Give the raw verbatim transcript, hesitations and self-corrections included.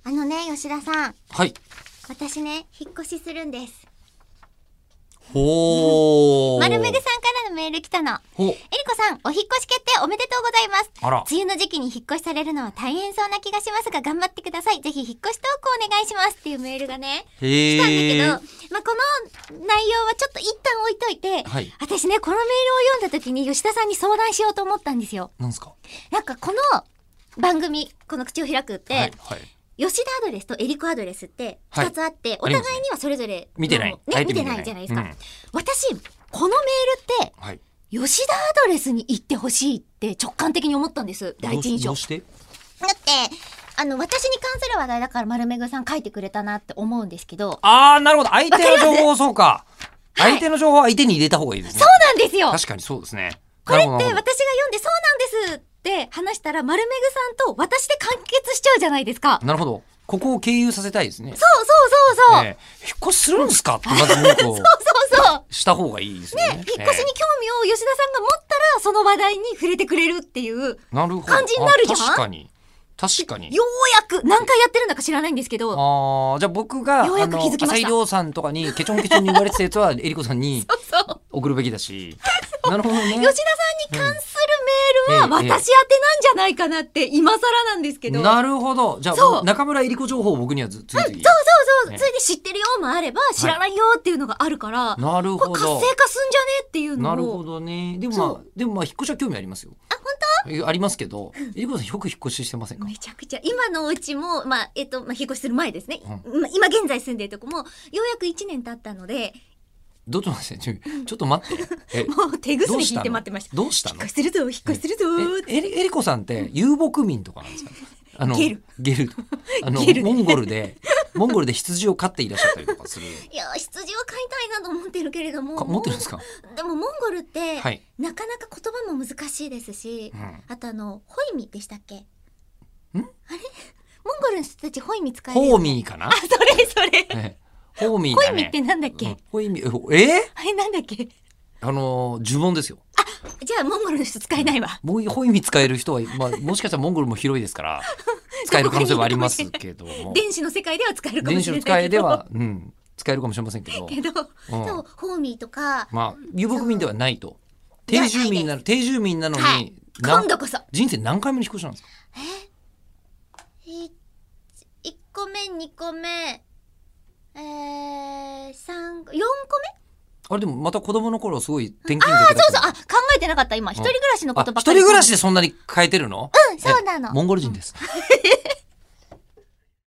あのね、吉田さん。 はい。 私ね、引っ越しするんです。 ほー。 丸めぐさんからのメール来たの。 ほえりこさん、お引っ越し決定おめでとうございます。 あら。 梅雨の時期に引っ越しされるのは大変そうな気がしますが、頑張ってください。ぜひ引っ越しトークお願いしますっていうメールがね、 へー。 来たんだけど、まあ、この内容はちょっと一旦置いといて、 はい。 私ね、このメールを読んだ時に吉田さんに相談しようと思ったんですよ。 なんすか？ なんかこの番組、この口を開くって、 はい。はい。 吉田アドレスとエリコアドレスってふたつあって、 はい、 お互いにはそれぞれ見てない、 ね、見てないじゃないですか、うん、私このメールって、はい、吉田アドレスに行ってほしいって直感的に思ったんです。第一印象。 どうしてだってあの私に関する話題だから丸めぐさん書いてくれたなって思うんですけど。 あー、なるほど。相手の情報、そうか、はい、相手の情報は相手に入れた方がいいですね。 そうなんですよ。 確かにそうですね。 これって私が読んでそうなんですって話したら丸めぐさんと私で完結しちゃうじゃないですか。 なるほど。ここを経由させたいですね。 そうそうそうそう、 えー、引っ越しするんですかってまず言うとそうそうそうした方がいいですよね。ね、 引っ越しに興味を吉田さんが持ったらその話題に触れてくれるっていう感じになるじゃん。 確かに確かに。 ようやく何回やってるんだか知らないんですけど、 ああ、じゃあ僕がようやく気づきました。 浅井亮さんとかにケチョンケチョンに言われてたやつはえりこさんに送るべきだしなるほどね。 吉田さんに関するメールは私宛てなんじゃないかなって今更なんですけど、 なるほど。じゃあ中村えりこ情報を僕にはずついていい、うん、 そうそうそう、ね、ついて知ってるよもあれば知らないよっていうのがあるから、はい、なるほど、これ活性化すんじゃねっていうのを。 なるほどね。でもまあでもまあ引っ越しは興味ありますよ。 あ、本当？ ありますけど、えりこさんよく引っ越ししてませんか？ めちゃくちゃ。今のお家もまあえっと、まあ、引っ越しする前ですね、うん、今現在住んでるとこもようやくいちねん経ったので。 どうぞちょっと待ってもう手ぐすり引いて待ってました。 どうしたの？ 引っ越しするぞ引っ越しするぞ。 ええりこさんって遊牧民とかなんですか？あのゲルゲルあのゲル、ね、 モンゴルでモンゴルで羊を飼っていらっしゃったりとかする。 いや羊を飼いたいなと思ってるけれども。 持ってるんですか？ でもモンゴルって、はい、なかなか言葉も難しいですし、うん、あとあのホイミでしたっけ？ん？あれモンゴルの人たちホイミ使える、ね、 ホーミーかな？ あ、それそれ、 ええホーミーだね。 ホイミってなんだっけ？うん、 ホイミえー、 あれなんだっけ？ あのー、呪文ですよ。 あ、じゃあモンゴルの人使えないわ。 もうホイミ使える人は、まあ、もしかしたらモンゴルも広いですから使える可能性はありますけども電子の世界では使えるかもしれないけど。 電子の世界では、うん、使えるかもしれませんけどけど、うん、そうホーミーとか、 まあ遊牧民ではないと。定住民なの定住民なのに、はい、 今度こそ人生何回目の引っ越しなんですか？ えー、いっこめにこめえー、さん、よんこめ？ あれでもまた子供の頃すごい転勤族だった。 ああ、そうそう、あ、考えてなかった今、一人暮らしのことばっかり。 一人暮らしでそんなに変えてるの？ うん、そうなの。 モンゴル人です。